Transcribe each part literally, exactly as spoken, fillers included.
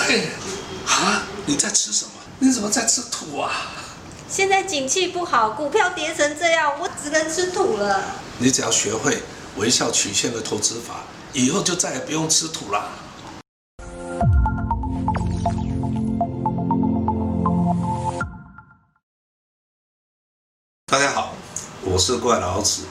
哎，啊，你在吃什么？你怎么在吃土啊？ 现在景气不好，股票跌成这样，我只能吃土了。 你只要学会微笑曲线的投资法，以后就再也不用吃土啦。大家好，我是怪老子。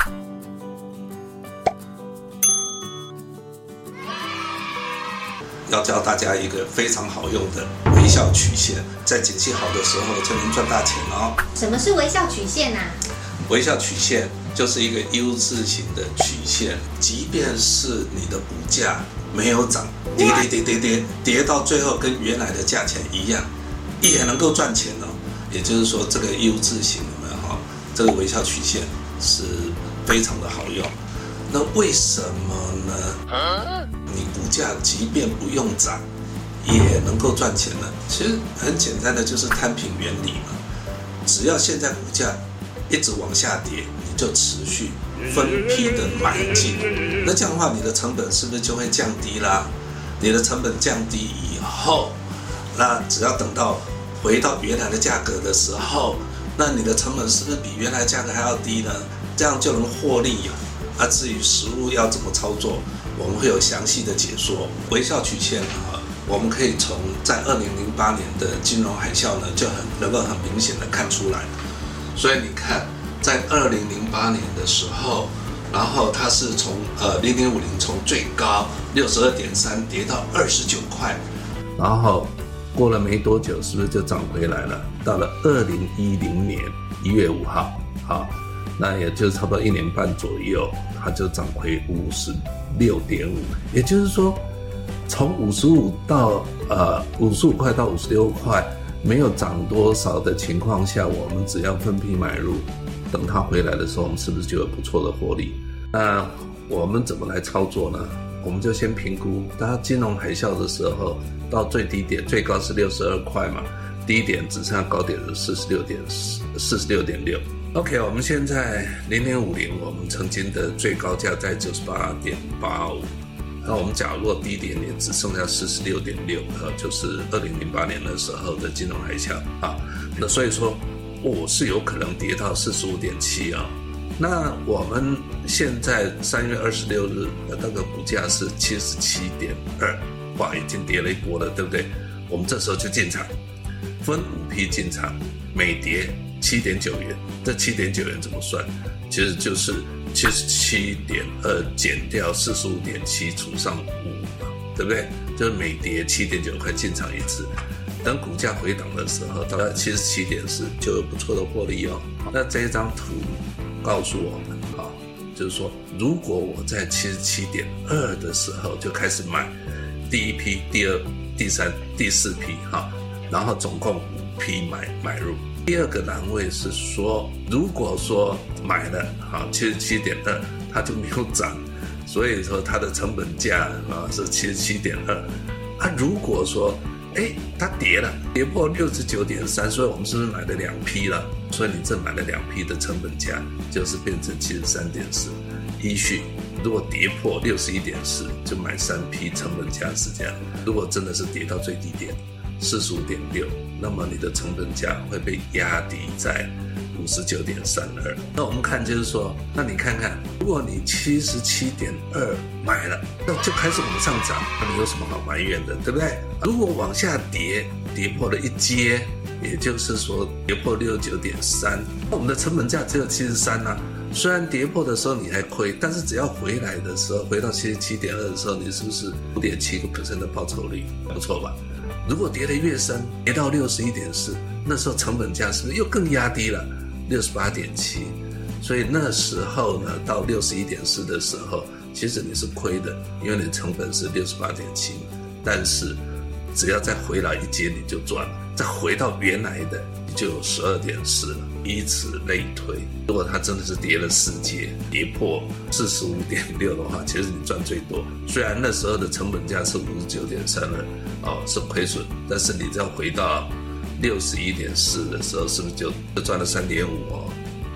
要教大家一个非常好用的微笑曲线，在景气好的时候就能赚大钱哦。 什么是微笑曲线啊？ 微笑曲线就是一个 U 字形的曲线，即便是你的股价没有涨，跌跌跌跌跌跌到最后跟原来的价钱一样，也能够赚钱哦。也就是说，这个 U 字形有没有哈？这个微笑曲线是非常的好用。那为什么呢？你股价即便不用涨，也能够赚钱呢？其实很简单的，就是摊平原理嘛。只要现在股价一直往下跌，你就持续分批的买进，那这样的话，你的成本是不是就会降低啦？你的成本降低以后，那只要等到回到原来的价格的时候，那你的成本是不是比原来价格还要低呢？这样就能获利啊！啊，至于实务要怎么操作，我们会有详细的解说。微笑曲线啊，我们可以从在二零零八年的金融海啸呢，就很能够很明显的看出来。所以你看，在二零零八年的时候，然后它是从呃零点五零从最高六十二点三跌到二十九块，然后过了没多久，是不是就涨回来了？到了二零一零年一月五号，好。那也就是差不多一年半左右，它就涨回五十六点五，也就是说，从五十五到呃五十五块到五十六块，没有涨多少的情况下，我们只要分批买入，等它回来的时候，我们是不是就有不错的获利？那我们怎么来操作呢？我们就先评估，当金融海啸的时候，到最低点，最高是六十二块嘛，低点只剩下高点是四十六点四十六点六。OK， 我们现在零点五零，我们曾经的最高价在九十八点八五，那我们假如低点也只剩下四十六点六，呃，就是二零零八年的时候的金融海啸啊。那所以说，我、哦、是有可能跌到四十五点七啊。那我们现在三月二十六日的那个股价是七十七点二，哇，已经跌了一波了，对不对？我们这时候就进场，分五批进场，每跌七点九元，这七点九元怎么算？其实就是七十七点二减掉四十五点七除上五嘛，对不对？就是每跌七点九块进场一次，等股价回档的时候，到了七十七点四就有不错的获利哦。那这一张图告诉我们，啊，就是说，如果我在七十七点二的时候就开始买第一批、第二、第三、第四批，哈，然后总共五批买买入。第二个栏位是说，如果说买了啊七十七点二，它就没有涨，所以说它的成本价啊是七十七点二。啊，如果说哎它跌了，跌破六十九点三，所以我们是不是买了两批了？所以你这买了两批的成本价就是变成七十三点四。依序，如果跌破六十一点四，就买三批，成本价是这样。如果真的是跌到最低点四十五点六，那么你的成本价会被压低在五十九点三二。那我们看就是说，那你看看，如果你七十七点二买了，那就开始往上涨，那你有什么好埋怨的，对不对？如果往下跌，跌破了一阶，也就是说跌破六十九点三，我们的成本价只有七十三啊。虽然跌破的时候你还亏，但是只要回来的时候，回到七十七点二的时候，你是不是 五点七个百分点 的报酬率？不错吧？如果跌得越深，跌到六十一点四，那时候成本价是不是又更压低了 六十八点七？ 所以那时候呢，到六十一点四的时候，其实你是亏的，因为你的成本是 六十八点七， 但是只要再回来一阶你就赚了，再回到原来的你就有 十二点四 了，以此类推。如果它真的是跌了四阶，跌破 四十五点六 的话，其实你赚最多。虽然那时候的成本价是 五十九点三二，哦，是亏损，但是你只要回到 六十一点四 的时候，是不是就就赚了 三点五 哦？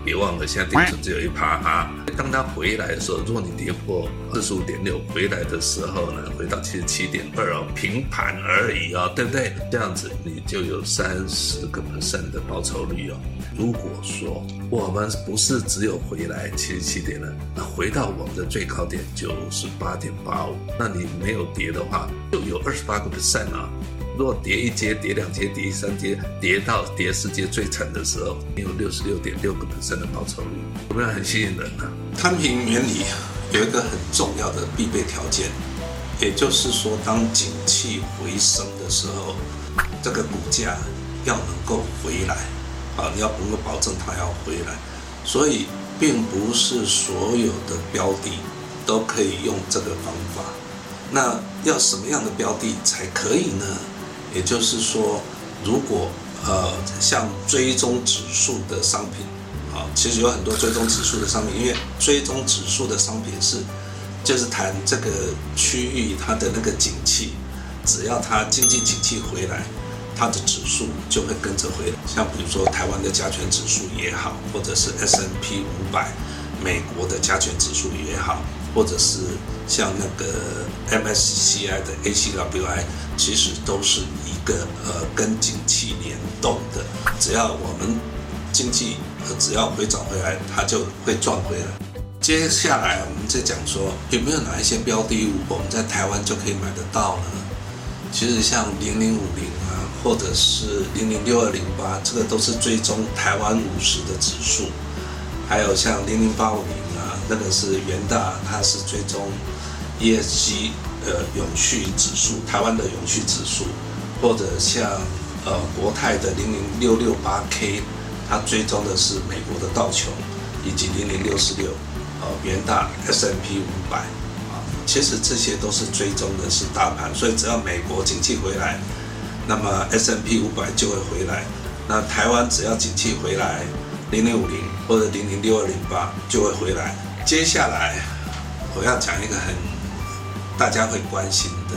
别忘了现在定存只有一趴啊。当它回来的时候，如果你跌破四十五点六回来的时候呢，回到七十七点二哦，平盘而已哦，对不对？这样子你就有三十个 percent 的报酬率哦。如果说我们不是只有回来七十七点二，那回到我们的最高点九十八点八五，那你没有跌的话，就有二十八个 percent 啊。如果跌一阶、跌两阶、跌三阶，跌到跌四阶最惨的时候，你有六十六点六个 percent 的报酬率，有没有很吸引人呢、啊？摊平原理有一个很重要的必备条件，也就是说，当景气回升的时候，这个股价要能够回来啊，你要能够保证它要回来。所以，并不是所有的标的都可以用这个方法。那要什么样的标的才可以呢？也就是说，如果呃像追踪指数的商品，啊，其实有很多追踪指数的商品，因为追踪指数的商品是就是谈这个区域它的那个景气，只要它经济景气回来，它的指数就会跟着回来。像比如说台湾的加权指数也好，或者是 S and P 五百，美国的加权指数也好，或者是像那个 M S C I 的 A C W I， 其实都是一个呃跟景气联动的。只要我们经济呃只要回涨回来，它就会赚回来。接下来我们再讲说，有没有哪一些标的物我们在台湾就可以买得到呢？其实像零零五零啊，或者是零零六二零八，这个都是追踪台湾五十的指数。还有像零零八五零啊，那个是元大，它是追踪 E S G 呃永续指数，台湾的永续指数，或者像呃国泰的零零六六八 K， 它追踪的是美国的道琼，以及零零六四六呃元大 S and P 五百啊，其实这些都是追踪的是大盘，所以只要美国景气回来，那么 S and P 五百就会回来，那台湾只要景气回来，零零五零或者零零六二零八就会回来。接下来我要讲一个很大家会关心的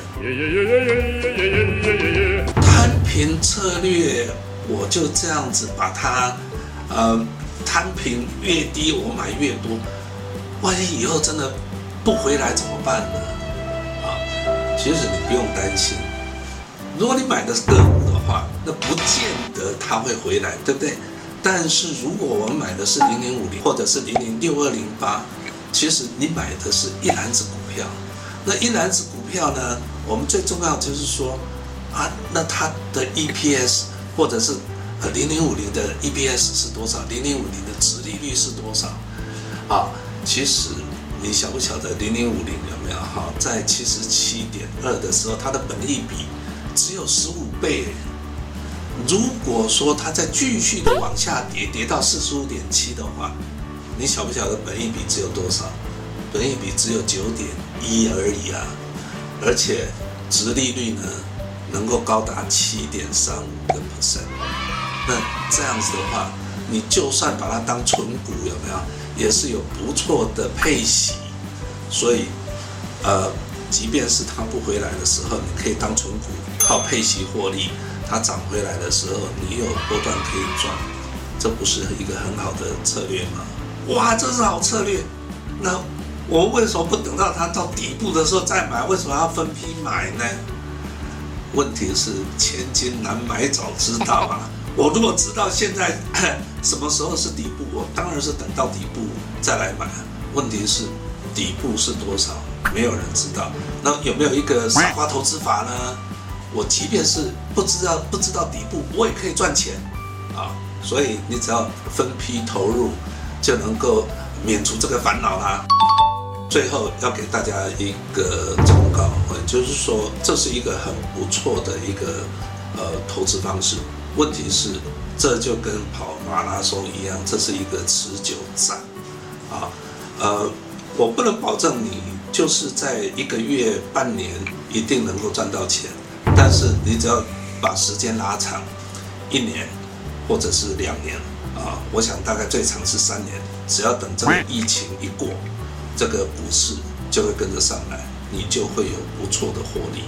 摊平策略，我就这样子把它呃摊平，越低我买越多，万一以后真的不回来怎么办呢？啊，其实你不用担心，如果你买的是个股的话，那不见得它会回来，对不对？但是如果我们买的是零零五零或者是零零六二零八，其实你买的是一篮子股票。那一篮子股票呢，我们最重要就是说啊，那它的 E P S 或者是呃零零五零的 E P S 是多少？零零五零的殖利率是多少？啊，其实你晓不晓得零零五零有没有哈？在七十七点二的时候，它的本益比只有十五倍。如果说它再继续的往下跌，跌到四十五点七的话，你晓不晓得本益比只有多少？本益比只有九点一而已啊，而且殖利率呢能够高达七点三五个 percent。那这样子的话，你就算把它当存股，有没有也是有不错的配息。所以，呃，即便是它不回来的时候，你可以当存股，靠配息获利。它涨回来的时候，你有波段可以赚，这不是一个很好的策略吗？哇，这是好策略。那我为什么不等到它到底部的时候再买？为什么要分批买呢？问题是千金难买早知道啊！我如果知道现在什么时候是底部，我当然是等到底部再来买。问题是底部是多少？没有人知道。那有没有一个傻瓜投资法呢？我即便是不知道不知道底部，我也可以赚钱啊！所以你只要分批投入，就能够免除这个烦恼啦。最后要给大家一个忠告，就是说这是一个很不错的一个呃投资方式。问题是，这就跟跑马拉松一样，这是一个持久战啊。呃，我不能保证你就是在一个月、半年一定能够赚到钱。但是你只要把时间拉长，一年或者是两年啊，我想大概最长是三年。只要等这个疫情一过，这个股市就会跟着上来，你就会有不错的获利。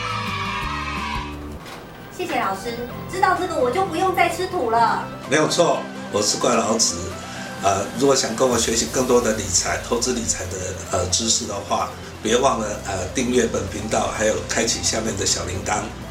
谢谢老师，知道这个我就不用再吃土了。 没有错，我是怪老子。 呃，如果想跟我学习更多的理财、投资理财的呃知识的话，别忘了呃订阅本频道，还有开启下面的小铃铛。